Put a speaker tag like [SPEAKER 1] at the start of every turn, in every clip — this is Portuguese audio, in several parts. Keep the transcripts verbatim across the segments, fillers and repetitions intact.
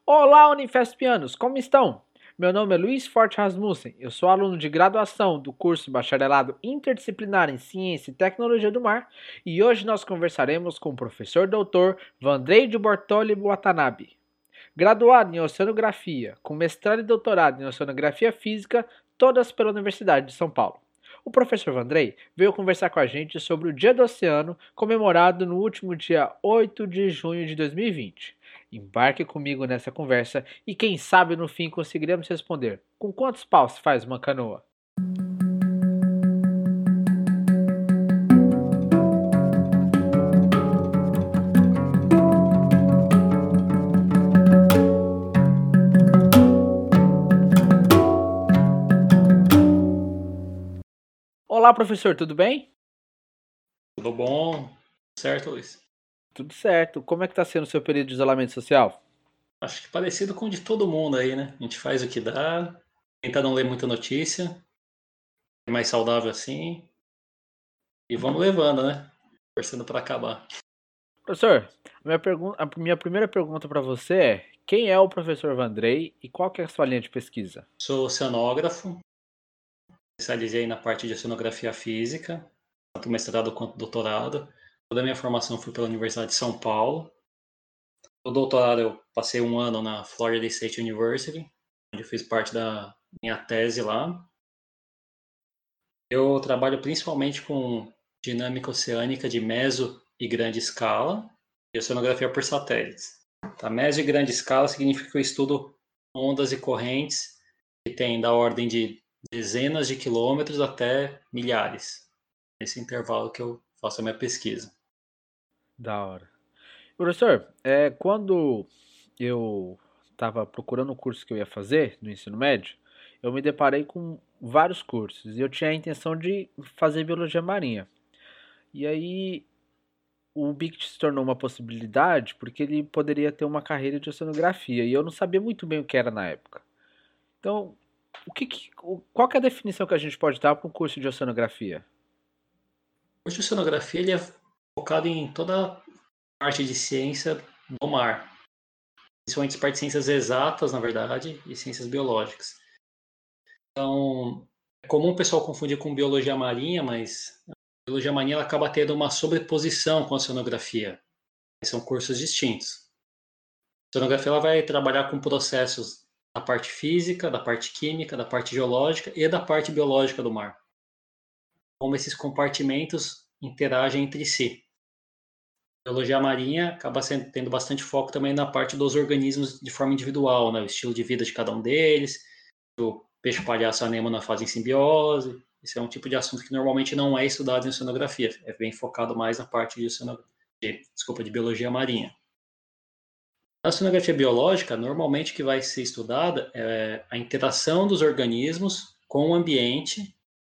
[SPEAKER 1] Olá, Unifespianos, como estão? Meu nome é Luiz Forte Rasmussen, eu sou aluno de graduação do curso Bacharelado Interdisciplinar em Ciência e Tecnologia do Mar e hoje nós conversaremos com o professor doutor Vandrei de Bortoli Watanabe. Graduado em Oceanografia, com mestrado e doutorado em Oceanografia Física, todas pela Universidade de São Paulo. O professor Vandrei veio conversar com a gente sobre o Dia do Oceano, comemorado no último dia oito de junho de dois mil e vinte. Embarque comigo nessa conversa e quem sabe no fim conseguiremos responder: com quantos paus se faz uma canoa? Olá, professor, tudo bem?
[SPEAKER 2] Tudo bom? Certo, Luiz?
[SPEAKER 1] Tudo certo. Como é que está sendo o seu período de isolamento social?
[SPEAKER 2] Acho que parecido com o de todo mundo aí, né? A gente faz o que dá, tenta não ler muita notícia, é mais saudável assim, e vamos levando, né? Torcendo para acabar.
[SPEAKER 1] Professor, a minha, pergun- a minha primeira pergunta para você é: quem é o professor Vandrei e qual que é a sua linha de pesquisa?
[SPEAKER 2] Sou oceanógrafo, especializei na parte de oceanografia física, tanto mestrado quanto doutorado. Toda a minha formação foi pela Universidade de São Paulo. No doutorado eu passei um ano na Florida State University, onde eu fiz parte da minha tese lá. Eu trabalho principalmente com dinâmica oceânica de meso e grande escala e oceanografia por satélites. Tá? Meso e grande escala significa que eu estudo ondas e correntes que têm da ordem de dezenas de quilômetros até milhares. Nesse intervalo que eu faço a minha pesquisa.
[SPEAKER 1] Da hora. Professor, é, quando eu estava procurando o curso que eu ia fazer no ensino médio, eu me deparei com vários cursos e eu tinha a intenção de fazer biologia marinha. E aí o B I C T se tornou uma possibilidade porque ele poderia ter uma carreira de oceanografia e eu não sabia muito bem o que era na época. Então, o que, que- o- qual que é a definição que a gente pode dar para um curso de oceanografia?
[SPEAKER 2] Hoje a oceanografia ele é focado em toda a parte de ciência do mar, principalmente parte de ciências exatas, na verdade, e ciências biológicas. Então, é comum o pessoal confundir com biologia marinha, mas a biologia marinha ela acaba tendo uma sobreposição com a oceanografia. São cursos distintos. A oceanografia ela vai trabalhar com processos da parte física, da parte química, da parte geológica e da parte biológica do mar. Como esses compartimentos interagem entre si. A biologia marinha acaba sendo, tendo bastante foco também na parte dos organismos de forma individual, né? O estilo de vida de cada um deles, o peixe palhaço e a anêmona fazem simbiose. Esse é um tipo de assunto que normalmente não é estudado em oceanografia, é bem focado mais na parte de, oceanografia, de, desculpa, de biologia marinha. Na oceanografia biológica, normalmente o que vai ser estudada é a interação dos organismos com o ambiente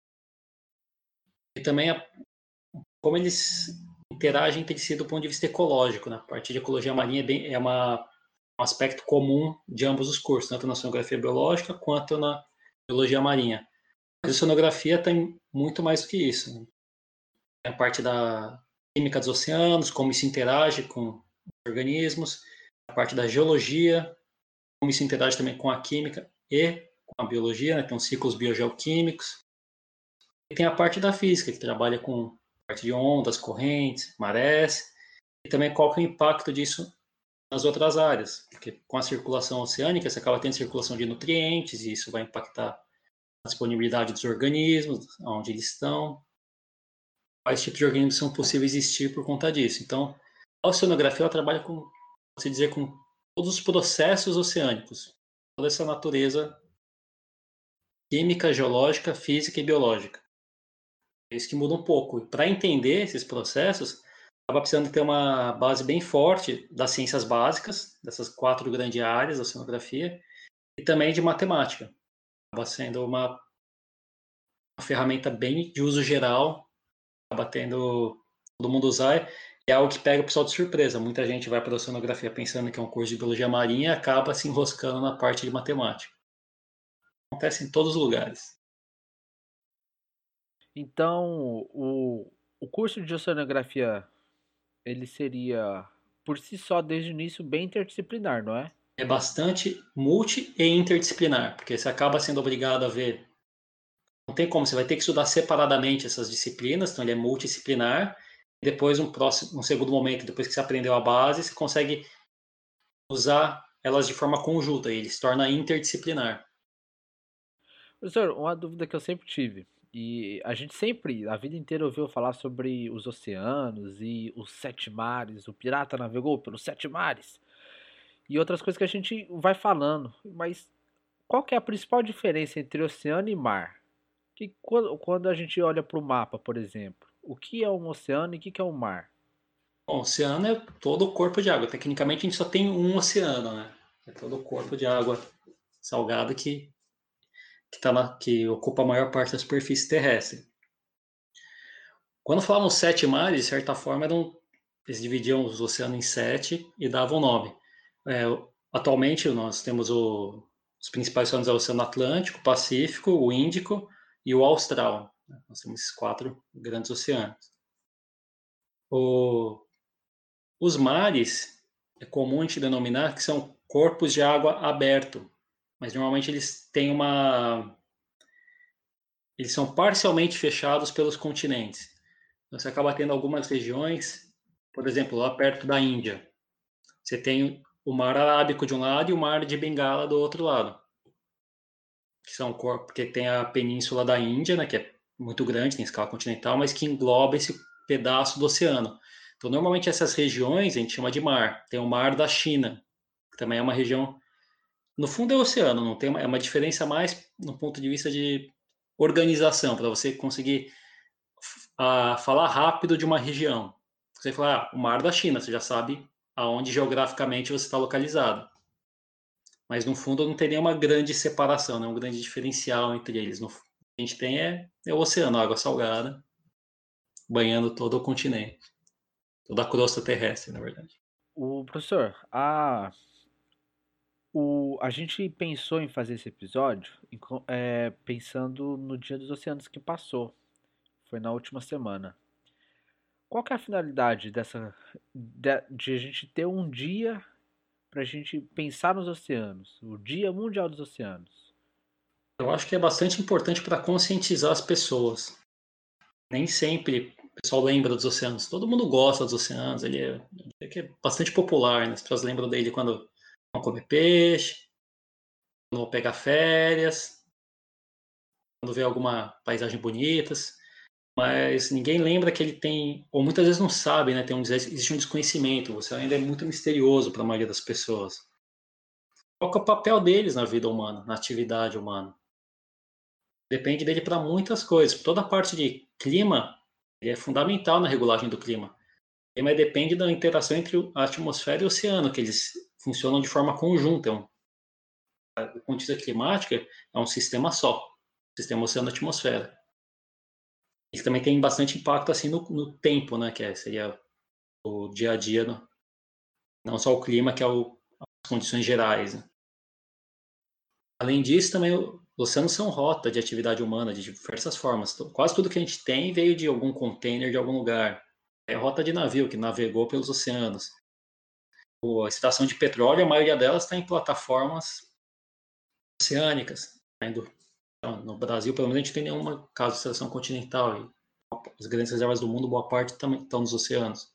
[SPEAKER 2] e também a, como eles interagem entre si do ponto de vista ecológico. Né? A parte de ecologia marinha é, bem, é uma, um aspecto comum de ambos os cursos, tanto na oceanografia biológica quanto na biologia marinha. Mas a oceanografia tem muito mais do que isso. Né? Tem a parte da química dos oceanos, como isso interage com organismos, a parte da geologia, como isso interage também com a química e com a biologia, né? Tem os ciclos biogeoquímicos. E tem a parte da física, que trabalha com a parte de ondas, correntes, marés, e também qual que é o impacto disso nas outras áreas. Porque com a circulação oceânica, você acaba tendo circulação de nutrientes, e isso vai impactar a disponibilidade dos organismos, onde eles estão, quais tipos de organismos são possíveis existir por conta disso. Então, a oceanografia ela trabalha com, se dizer, com todos os processos oceânicos, toda essa natureza química, geológica, física e biológica. É isso que muda um pouco. Para entender esses processos, acaba precisando ter uma base bem forte das ciências básicas, dessas quatro grandes áreas da oceanografia, e também de matemática. Acaba sendo uma, uma ferramenta bem de uso geral, acaba tendo todo mundo usar, é algo que pega o pessoal de surpresa. Muita gente vai para a oceanografia pensando que é um curso de biologia marinha e acaba se enroscando na parte de matemática. Acontece em todos os lugares.
[SPEAKER 1] Então, o, o curso de oceanografia, ele seria, por si só, desde o início, bem interdisciplinar, não é?
[SPEAKER 2] é bastante multi e interdisciplinar, porque você acaba sendo obrigado a ver. Não tem como, você vai ter que estudar separadamente essas disciplinas, então ele é multidisciplinar. Depois, um, próximo, um segundo momento, depois que você aprendeu a base, você consegue usar elas de forma conjunta, e ele se torna interdisciplinar.
[SPEAKER 1] Professor, uma dúvida que eu sempre tive, e a gente sempre, a vida inteira ouviu falar sobre os oceanos e os sete mares, o pirata navegou pelos sete mares, e outras coisas que a gente vai falando, mas qual que é a principal diferença entre oceano e mar? Que quando, quando a gente olha para o mapa, por exemplo, o que é um oceano e o que que é um mar?
[SPEAKER 2] Bom, o oceano é todo o corpo de água. Tecnicamente, a gente só tem um oceano, né? É todo o corpo de água salgada que, que, tá na, que ocupa a maior parte da superfície terrestre. Quando falavam sete mares, de certa forma, eram, eles dividiam os oceanos em sete e davam nome. É, atualmente, nós temos o, os principais oceanos: é o Oceano Atlântico, o Pacífico, o Índico e o Austral. Nós temos esses quatro grandes oceanos. O, os mares, é comum a gente denominar que são corpos de água aberto, mas normalmente eles têm uma... Eles são parcialmente fechados pelos continentes. Então, você acaba tendo algumas regiões, por exemplo, lá perto da Índia, você tem o Mar Arábico de um lado e o Mar de Bengala do outro lado, que são corpos que tem a Península da Índia, né, que é muito grande, tem escala continental, mas que engloba esse pedaço do oceano. Então, normalmente essas regiões a gente chama de mar. Tem o Mar da China, que também é uma região... No fundo é o oceano, não tem uma, é uma diferença mais no ponto de vista de organização, para você conseguir a falar rápido de uma região. Você fala, ah, o Mar da China, você já sabe aonde geograficamente você está localizado. Mas no fundo não tem nenhuma grande separação, né? Um grande diferencial entre eles. No, a gente tem é, é o oceano, a água salgada, banhando todo o continente, toda a crosta terrestre, na verdade.
[SPEAKER 1] O professor, a, o, a gente pensou em fazer esse episódio em co- é, pensando no Dia dos Oceanos que passou, foi na última semana. Qual que é a finalidade dessa de, de a gente ter um dia para a gente pensar nos oceanos, o Dia Mundial dos Oceanos?
[SPEAKER 2] Eu acho que é bastante importante para conscientizar as pessoas. Nem sempre o pessoal lembra dos oceanos. Todo mundo gosta dos oceanos, ele é, ele é bastante popular, né? As pessoas lembram dele quando vão comer peixe, quando vão pegar férias, quando vê alguma paisagem bonita, mas ninguém lembra que ele tem, ou muitas vezes não sabe, né? Tem um, existe um desconhecimento, você ainda é muito misterioso para a maioria das pessoas. Qual que é o papel deles na vida humana, na atividade humana? Depende dele para muitas coisas. Toda a parte de clima, ele é fundamental na regulagem do clima. Mas depende da interação entre a atmosfera e o oceano, que eles funcionam de forma conjunta. Então, a contista climática é um sistema só, sistema oceano-atmosfera. Isso também tem bastante impacto assim no, no tempo, né, que é, seria o dia a dia, no, não só o clima, que é o, as condições gerais. Né? Além disso, também os oceanos são rota de atividade humana de diversas formas. Quase tudo que a gente tem veio de algum container de algum lugar. É rota de navio que navegou pelos oceanos. A extração de petróleo, a maioria delas está em plataformas oceânicas. Indo, então, no Brasil, pelo menos, a gente tem nenhuma caso de extração continental. E as grandes reservas do mundo, boa parte também estão nos oceanos.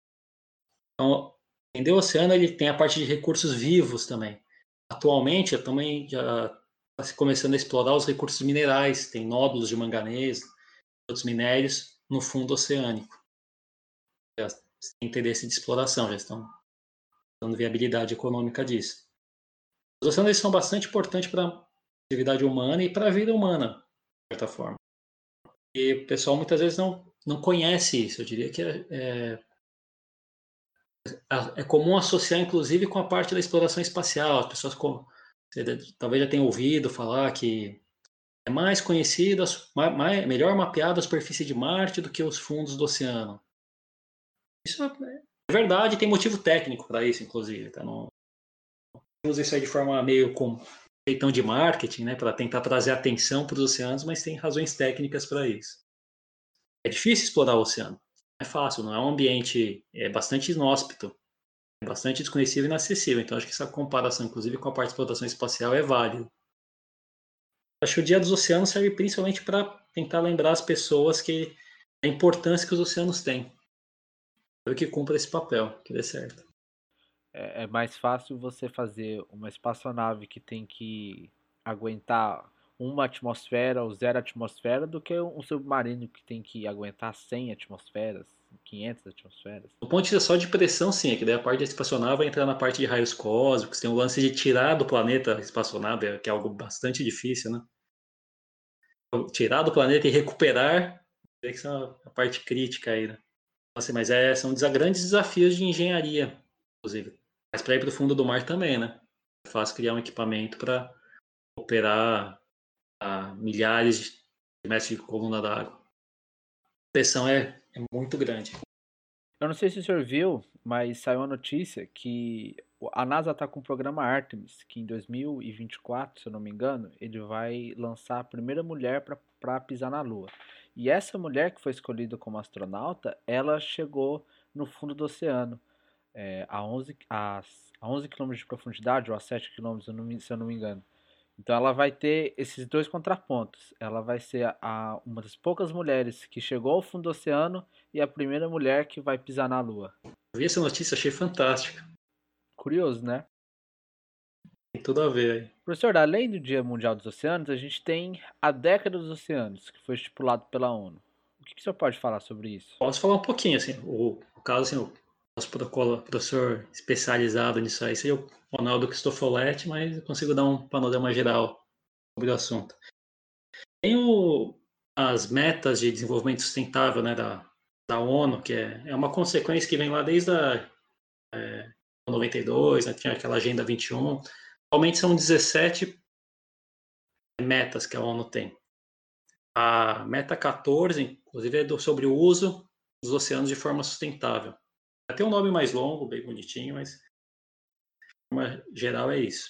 [SPEAKER 2] Então, entender o oceano, ele tem a parte de recursos vivos também. Atualmente, também já está se começando a explorar os recursos minerais. Tem nódulos de manganês, outros minérios no fundo oceânico. Já tem interesse de exploração, já estão dando viabilidade econômica disso. Os oceanos são bastante importantes para a atividade humana e para a vida humana, de certa forma. E o pessoal muitas vezes não, não conhece isso. Eu diria que é, é, é comum associar, inclusive, com a parte da exploração espacial. As pessoas, como, você talvez já tenham ouvido falar que é mais conhecida, mais, melhor mapeada a superfície de Marte do que os fundos do oceano. Isso é verdade, tem motivo técnico para isso, inclusive. Tá? Não usa isso aí de forma meio como feitão de marketing, né, para tentar trazer atenção para os oceanos, mas tem razões técnicas para isso. É difícil explorar o oceano. Não é fácil, não é um ambiente, é bastante inóspito. é bastante desconhecido e inacessível. Então, acho que essa comparação, inclusive com a parte de exploração espacial, é válida. Acho que o Dia dos Oceanos serve principalmente para tentar lembrar as pessoas que a importância que os oceanos têm. Eu que cumpra esse papel, que dê certo.
[SPEAKER 1] É, é mais fácil você fazer uma espaçonave que tem que aguentar uma atmosfera ou zero atmosfera do que um submarino que tem que aguentar cem atmosferas, quinhentas atmosferas.
[SPEAKER 2] Do ponto de vista só de pressão, sim, é que daí a parte da espaçonave vai entrar na parte de raios cósmicos, tem o lance de tirar do planeta a espaçonave, que é algo bastante difícil, né? Tirar do planeta e recuperar, é que é a parte crítica aí, né? Assim, mas é, são grandes desafios de engenharia, inclusive. Mas para ir para o fundo do mar também, né? É fácil criar um equipamento para operar a milhares de metros de coluna d'água. A pressão é, é muito grande.
[SPEAKER 1] Eu não sei se o senhor viu, mas saiu a notícia que a NASA está com o programa Artemis, que em dois mil e vinte e quatro, se eu não me engano, ele vai lançar a primeira mulher para pisar na Lua. E essa mulher que foi escolhida como astronauta, ela chegou no fundo do oceano, é, a onze, a, a onze quilômetros de profundidade, ou a sete quilômetros, se eu não me engano. Então ela vai ter esses dois contrapontos. Ela vai ser a, uma das poucas mulheres que chegou ao fundo do oceano e a primeira mulher que vai pisar na Lua.
[SPEAKER 2] Eu vi essa notícia, achei fantástica.
[SPEAKER 1] Curioso, né?
[SPEAKER 2] Tem tudo a ver aí.
[SPEAKER 1] Professor, além do Dia Mundial dos Oceanos, a gente tem a Década dos Oceanos, que foi estipulado pela ONU. O que, que o senhor pode falar sobre isso?
[SPEAKER 2] Posso falar um pouquinho, assim, o, o caso, assim, o nosso protocolo, professor especializado nisso aí seria o Ronaldo Cristofoletti, mas eu consigo dar um panorama geral sobre o assunto. Tem o, as metas de desenvolvimento sustentável, né, da, da ONU, que é, é uma consequência que vem lá desde a é, noventa e dois, né, tinha aquela Agenda vinte e um. Atualmente são dezessete metas que a ONU tem. A meta quatorze, inclusive, é do, sobre o uso dos oceanos de forma sustentável. Tem um nome mais longo, bem bonitinho, mas de forma geral é isso.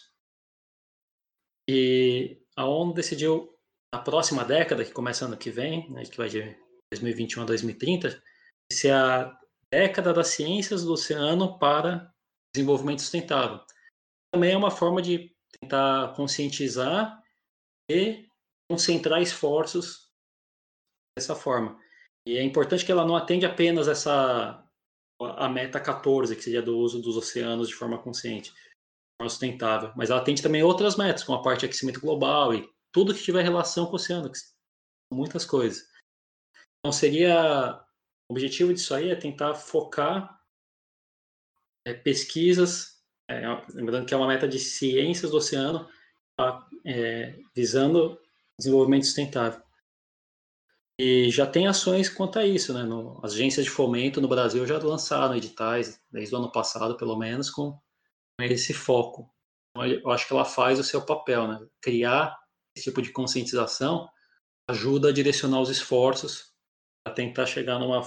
[SPEAKER 2] E a ONU decidiu, na próxima década, que começa ano que vem, né, que vai de dois mil e vinte e um a dois mil e trinta, ser a década das ciências do oceano para desenvolvimento sustentável. Também é uma forma de tentar conscientizar e concentrar esforços dessa forma. E é importante que ela não atende apenas essa a meta quatorze, que seria do uso dos oceanos de forma consciente, de forma sustentável, mas ela atende também outras metas, como a parte de aquecimento global e tudo que tiver relação com o oceano, que são muitas coisas. Então seria o objetivo disso aí é tentar focar é, pesquisas, é, lembrando que é uma meta de ciências do oceano, é, visando desenvolvimento sustentável. E já tem ações quanto a isso, né? No, as agências de fomento no Brasil já lançaram editais, desde o ano passado, pelo menos, com esse foco. Então, eu acho que ela faz o seu papel, né? Criar esse tipo de conscientização ajuda a direcionar os esforços para tentar chegar numa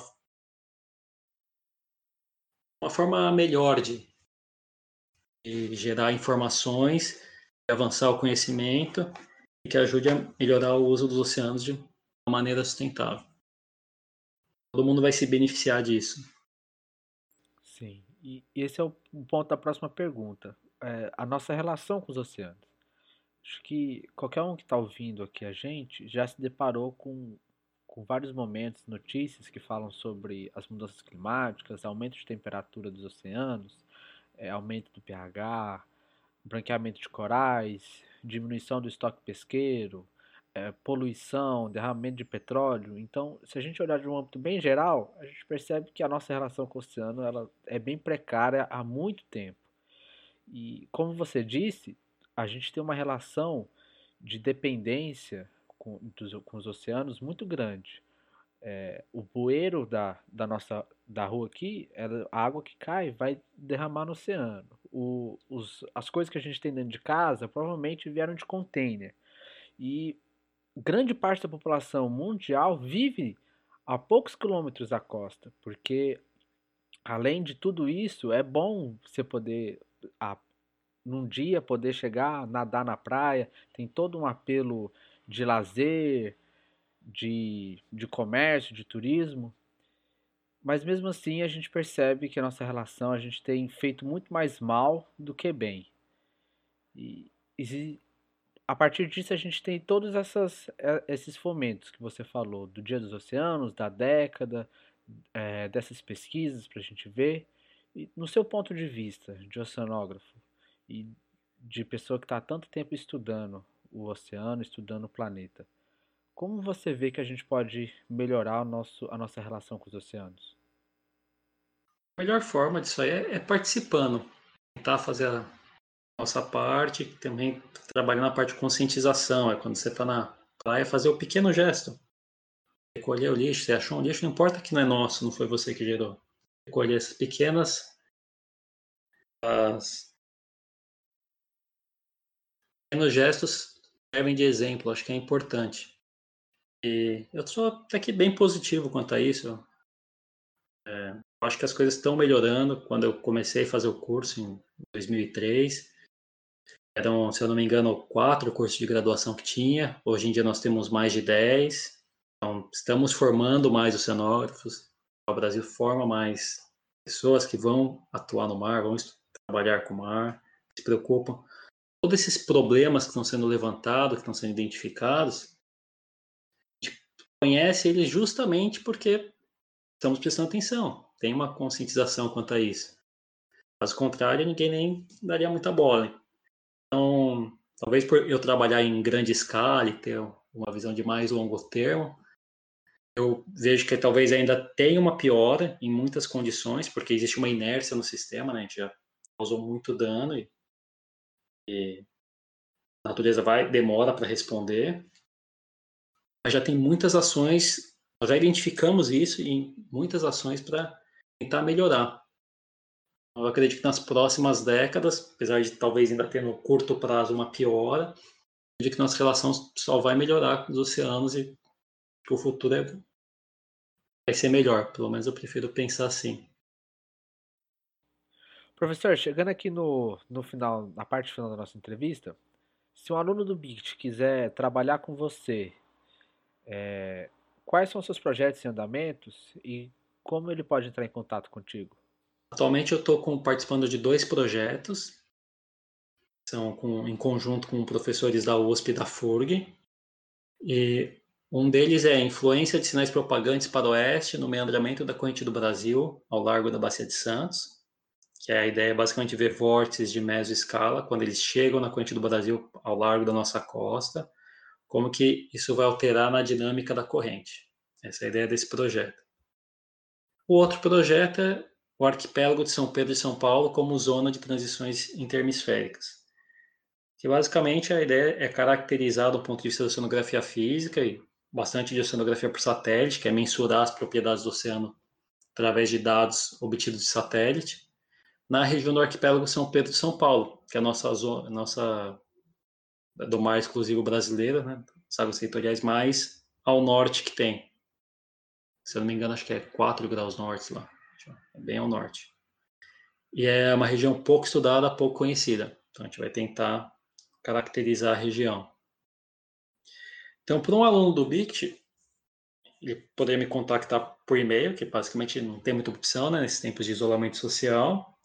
[SPEAKER 2] uma forma melhor de, de gerar informações, de avançar o conhecimento e que ajude a melhorar o uso dos oceanos de uma maneira sustentável. Todo mundo vai se beneficiar disso.
[SPEAKER 1] Sim, e esse é o ponto da próxima pergunta. É, a nossa relação com os oceanos. Acho que qualquer um que está ouvindo aqui a gente já se deparou com, com vários momentos, notícias que falam sobre as mudanças climáticas, aumento de temperatura dos oceanos, é, aumento do pH, branqueamento de corais, diminuição do estoque pesqueiro, é, poluição, derramamento de petróleo. Então, se a gente olhar de um âmbito bem geral, a gente percebe que a nossa relação com o oceano ela é bem precária há muito tempo. E como você disse, a gente tem uma relação de dependência com, dos, com os oceanos muito grande. É, o bueiro da, da nossa da rua aqui, ela, a água que cai vai derramar no oceano. O, os, as coisas que a gente tem dentro de casa provavelmente vieram de container. E grande parte da população mundial vive a poucos quilômetros da costa, porque além de tudo isso, é bom você poder a, num dia poder chegar, nadar na praia, tem todo um apelo de lazer, de, de comércio, de turismo. Mas mesmo assim a gente percebe que a nossa relação a gente tem feito muito mais mal do que bem. E, e a partir disso a gente tem todos essas, eh, esses fomentos que você falou, do Dia dos Oceanos, da década, eh, dessas pesquisas para a gente ver. E no seu ponto de vista de oceanógrafo e de pessoa que está há tanto tempo estudando o oceano, estudando o planeta, como você vê que a gente pode melhorar o nosso, a nossa relação com os oceanos?
[SPEAKER 2] A melhor forma disso aí é, é participando, tentar fazer a nossa parte, também trabalhar na parte de conscientização, é quando você está na praia, fazer o pequeno gesto, recolher o lixo, você achou um lixo, não importa que não é nosso, não foi você que gerou. Recolher essas pequenas, as, pequenos gestos servem de exemplo, acho que é importante. E eu sou até que bem positivo quanto a isso. É, acho que as coisas estão melhorando. Quando eu comecei a fazer o curso em dois mil e três, eram, se eu não me engano, quatro cursos de graduação que tinha. Hoje em dia nós temos mais de dez. Então, estamos formando mais oceanógrafos. O Brasil forma mais pessoas que vão atuar no mar, vão trabalhar com o mar, se preocupam. Todos esses problemas que estão sendo levantados, que estão sendo identificados, a gente conhece eles justamente porque estamos prestando atenção. Tem uma conscientização quanto a isso. Caso contrário, ninguém nem daria muita bola. Então, talvez por eu trabalhar em grande escala e ter uma visão de mais longo termo, eu vejo que talvez ainda tenha uma piora em muitas condições, porque existe uma inércia no sistema, né? A gente já causou muito dano e, e a natureza vai demora para responder. Mas já tem muitas ações, nós já identificamos isso em muitas ações para tentar melhorar. Eu acredito que nas próximas décadas, apesar de talvez ainda ter no curto prazo uma piora, acredito que nossa relação só vai melhorar com os oceanos e que o futuro é, vai ser melhor. Pelo menos eu prefiro pensar assim.
[SPEAKER 1] Professor, chegando aqui no, no final, na parte final da nossa entrevista, se um aluno do B I C T quiser trabalhar com você, quais são os seus projetos em andamentos e como ele pode entrar em contato contigo?
[SPEAKER 2] Atualmente eu estou participando de dois projetos, são com, em conjunto com professores da U S P e da F U R G, e um deles é influência de sinais propagantes para o oeste no meandramento da corrente do Brasil ao largo da Bacia de Santos, que é a ideia é basicamente ver vórtices de mesoescala quando eles chegam na corrente do Brasil ao largo da nossa costa, como que isso vai alterar na dinâmica da corrente. Essa é a ideia desse projeto. O outro projeto é o arquipélago de São Pedro e São Paulo como zona de transições interhemisféricas, que basicamente a ideia é caracterizar do ponto de vista da oceanografia física e bastante de oceanografia por satélite, que é mensurar as propriedades do oceano através de dados obtidos de satélite, na região do arquipélago São Pedro e São Paulo, que é a nossa zona, nossa do mar exclusivo brasileiro, né? As águas territoriais mais ao norte que tem. Se eu não me engano, acho que é quatro graus norte lá. É bem ao norte. E é uma região pouco estudada, pouco conhecida. Então a gente vai tentar caracterizar a região. Então, para um aluno do B I C T, ele poderia me contactar por e-mail, que basicamente não tem muita opção, né, nesses tempos de isolamento social.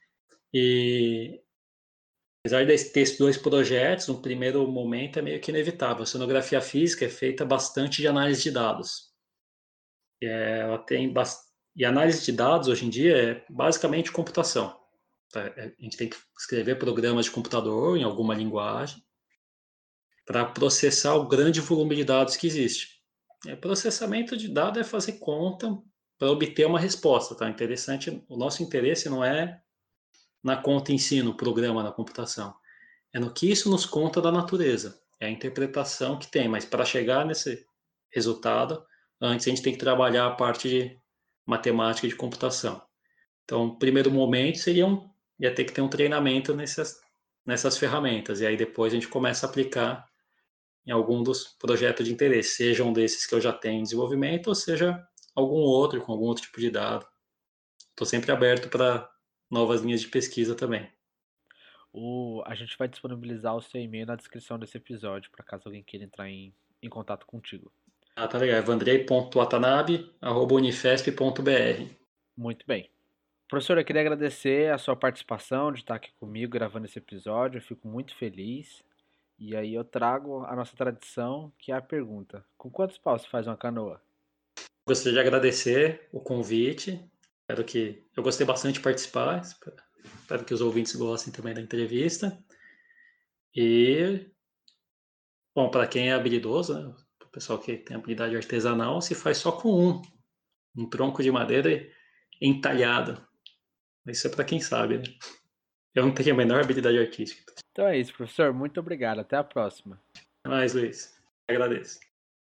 [SPEAKER 2] E apesar de ter esses dois projetos, no primeiro momento é meio que inevitável. A sonografia física é feita bastante de análise de dados. E ela tem bast... E análise de dados hoje em dia é basicamente computação. A gente tem que escrever programas de computador em alguma linguagem para processar o grande volume de dados que existe. É, processamento de dados é fazer conta para obter uma resposta, tá? Interessante. O nosso interesse não é na conta em si, no programa, na computação. É no que isso nos conta da natureza. É a interpretação que tem, mas para chegar nesse resultado, antes a gente tem que trabalhar a parte de matemática e de computação. Então, o primeiro momento seria um, ia ter que ter um treinamento nessas, nessas ferramentas, e aí depois a gente começa a aplicar em algum dos projetos de interesse, seja um desses que eu já tenho em desenvolvimento, ou seja algum outro, com algum outro tipo de dado. Estou sempre aberto para novas linhas de pesquisa também.
[SPEAKER 1] O, a gente vai disponibilizar o seu e-mail na descrição desse episódio, para caso alguém queira entrar em, em contato contigo.
[SPEAKER 2] Ah, tá legal. evandrei ponto watanabe arroba unifesp ponto br.
[SPEAKER 1] Muito bem. Professor, eu queria agradecer a sua participação de estar aqui comigo gravando esse episódio. Eu fico muito feliz. E aí eu trago a nossa tradição, que é a pergunta: com quantos paus se faz uma canoa?
[SPEAKER 2] Gostaria de agradecer o convite. Espero que eu gostei bastante de participar. Espero que os ouvintes gostem também da entrevista. E, bom, para quem é habilidoso, né, o pessoal que tem habilidade artesanal, se faz só com um, um tronco de madeira entalhado. Isso é para quem sabe, né? Eu não tenho a menor habilidade artística.
[SPEAKER 1] Então é isso, professor. Muito obrigado. Até a próxima.
[SPEAKER 2] Até mais, Luiz. Agradeço.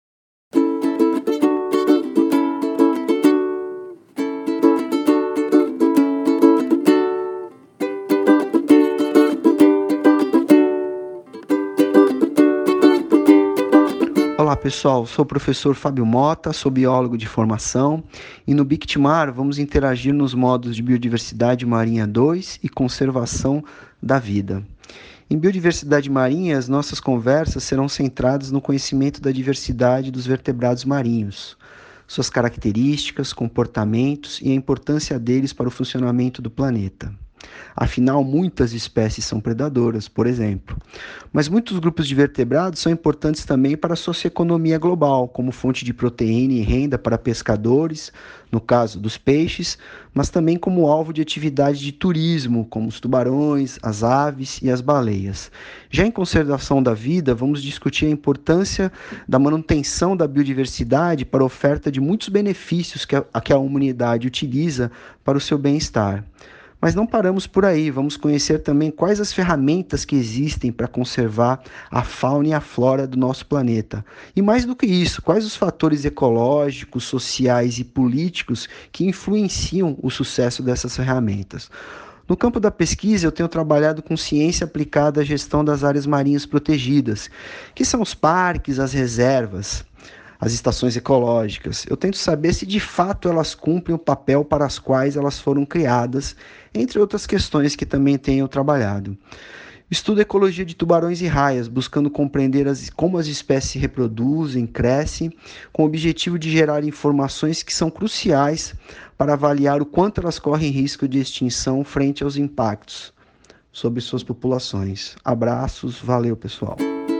[SPEAKER 3] Olá pessoal, sou o professor Fábio Mota, sou biólogo de formação e no Bictimar vamos interagir nos modos de biodiversidade marinha dois e conservação da vida. Em biodiversidade marinha, as nossas conversas serão centradas no conhecimento da diversidade dos vertebrados marinhos, suas características, comportamentos e a importância deles para o funcionamento do planeta. Afinal, muitas espécies são predadoras, por exemplo. Mas muitos grupos de vertebrados são importantes também para a socioeconomia global, como fonte de proteína e renda para pescadores, no caso dos peixes, mas também como alvo de atividade de turismo, como os tubarões, as aves e as baleias. Já em conservação da vida, vamos discutir a importância da manutenção da biodiversidade para a oferta de muitos benefícios que a, que a humanidade utiliza para o seu bem-estar. Mas não paramos por aí, vamos conhecer também quais as ferramentas que existem para conservar a fauna e a flora do nosso planeta. E mais do que isso, quais os fatores ecológicos, sociais e políticos que influenciam o sucesso dessas ferramentas. No campo da pesquisa, eu tenho trabalhado com ciência aplicada à gestão das áreas marinhas protegidas, que são os parques, as reservas, as estações ecológicas. Eu tento saber se de fato elas cumprem o papel para as quais elas foram criadas, entre outras questões que também tenho trabalhado. Estudo a ecologia de tubarões e raias, buscando compreender as, como as espécies se reproduzem, crescem, com o objetivo de gerar informações que são cruciais para avaliar o quanto elas correm risco de extinção frente aos impactos sobre suas populações. Abraços, valeu pessoal!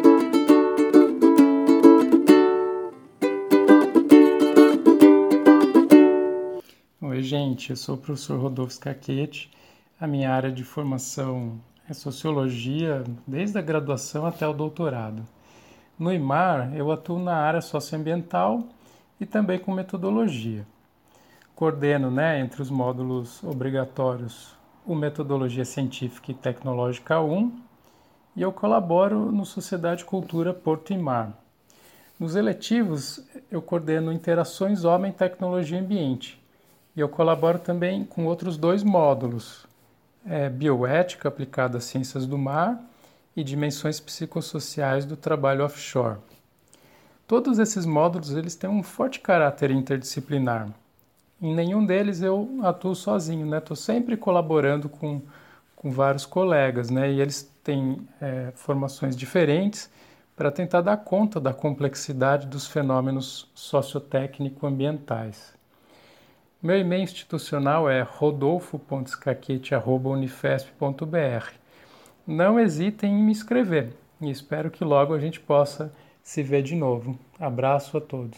[SPEAKER 4] Oi, gente, eu sou o professor Rodolfo Scachetti. A minha área de formação é sociologia, desde a graduação até o doutorado. No IMAR, eu atuo na área socioambiental e também com metodologia. Coordeno, né, entre os módulos obrigatórios o Metodologia Científica e Tecnológica um e eu colaboro no Sociedade Cultura Porto IMAR. Nos eletivos, eu coordeno Interações Homem, Tecnologia e Ambiente. E eu colaboro também com outros dois módulos, é, Bioética aplicada às ciências do mar e Dimensões psicossociais do trabalho offshore. Todos esses módulos eles têm um forte caráter interdisciplinar. Em nenhum deles eu atuo sozinho, né? Estou sempre colaborando com, com vários colegas, né? E eles têm é, formações diferentes para tentar dar conta da complexidade dos fenômenos sociotécnico-ambientais. Meu e-mail institucional é rodolfo ponto scachetti arroba unifesp ponto br. Não hesitem em me escrever e espero que logo a gente possa se ver de novo. Abraço a todos.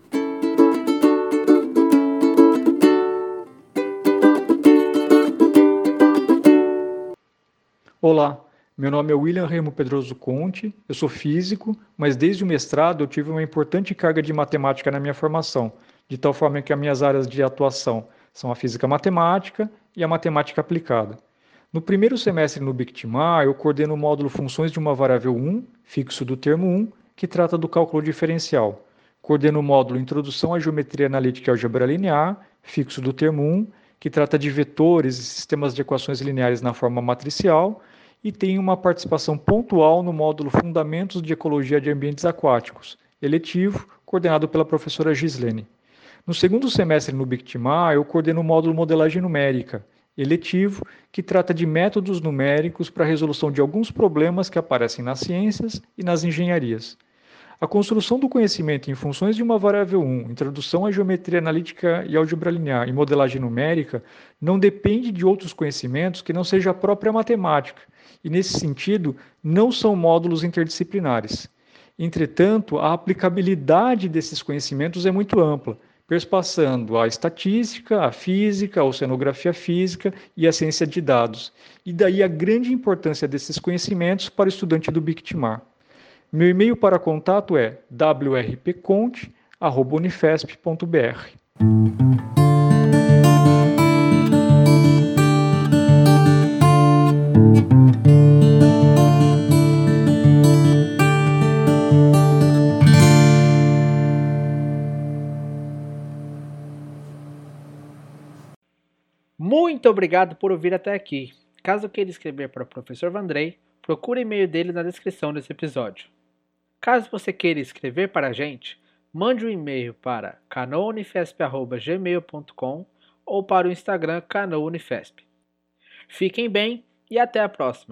[SPEAKER 5] Olá, meu nome é William Remo Pedroso Conte, eu sou físico, mas desde o mestrado eu tive uma importante carga de matemática na minha formação, de tal forma que as minhas áreas de atuação são a física matemática e a matemática aplicada. No primeiro semestre no Bictimar, eu coordeno o módulo Funções de uma variável um, fixo do termo um, que trata do cálculo diferencial. Coordeno o módulo Introdução à Geometria Analítica e Álgebra Linear, fixo do termo um, que trata de vetores e sistemas de equações lineares na forma matricial, e tenho uma participação pontual no módulo Fundamentos de Ecologia de Ambientes Aquáticos, eletivo, coordenado pela professora Gislene. No segundo semestre no Bictimar, eu coordeno o módulo Modelagem Numérica, eletivo, que trata de métodos numéricos para a resolução de alguns problemas que aparecem nas ciências e nas engenharias. A construção do conhecimento em funções de uma variável um, introdução à geometria analítica e álgebra linear e modelagem numérica, não depende de outros conhecimentos que não seja a própria matemática, e nesse sentido, não são módulos interdisciplinares. Entretanto, a aplicabilidade desses conhecimentos é muito ampla, perspassando a estatística, a física, a oceanografia física e a ciência de dados, e daí a grande importância desses conhecimentos para o estudante do BICTMAR. Meu e-mail para contato é w r p conte arroba unifesp ponto b r.
[SPEAKER 1] Muito obrigado por ouvir até aqui. Caso queira escrever para o professor Vandrei, procure o e-mail dele na descrição desse episódio. Caso você queira escrever para a gente, mande um e-mail para canoaunifesp arroba gmail ponto com ou para o Instagram canoaunifesp. Fiquem bem e até a próxima!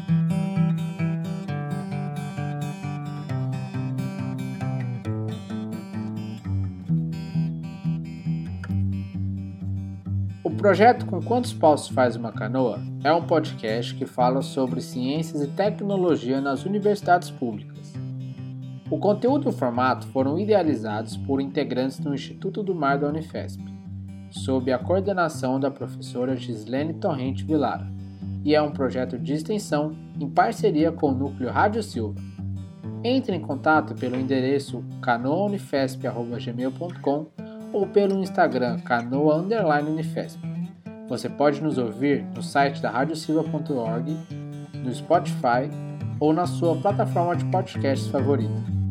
[SPEAKER 1] O projeto Com Quantos Paus Faz Uma Canoa é um podcast que fala sobre ciências e tecnologia nas universidades públicas. O conteúdo e o formato foram idealizados por integrantes do Instituto do Mar da Unifesp, sob a coordenação da professora Gislene Torrente Vilara, e é um projeto de extensão em parceria com o Núcleo Rádio Silva. Entre em contato pelo endereço canoaunifesp arroba gmail ponto com ou pelo Instagram canoa underline unifesp. Você pode nos ouvir no site da rádio silva ponto org, no Spotify ou na sua plataforma de podcasts favorita.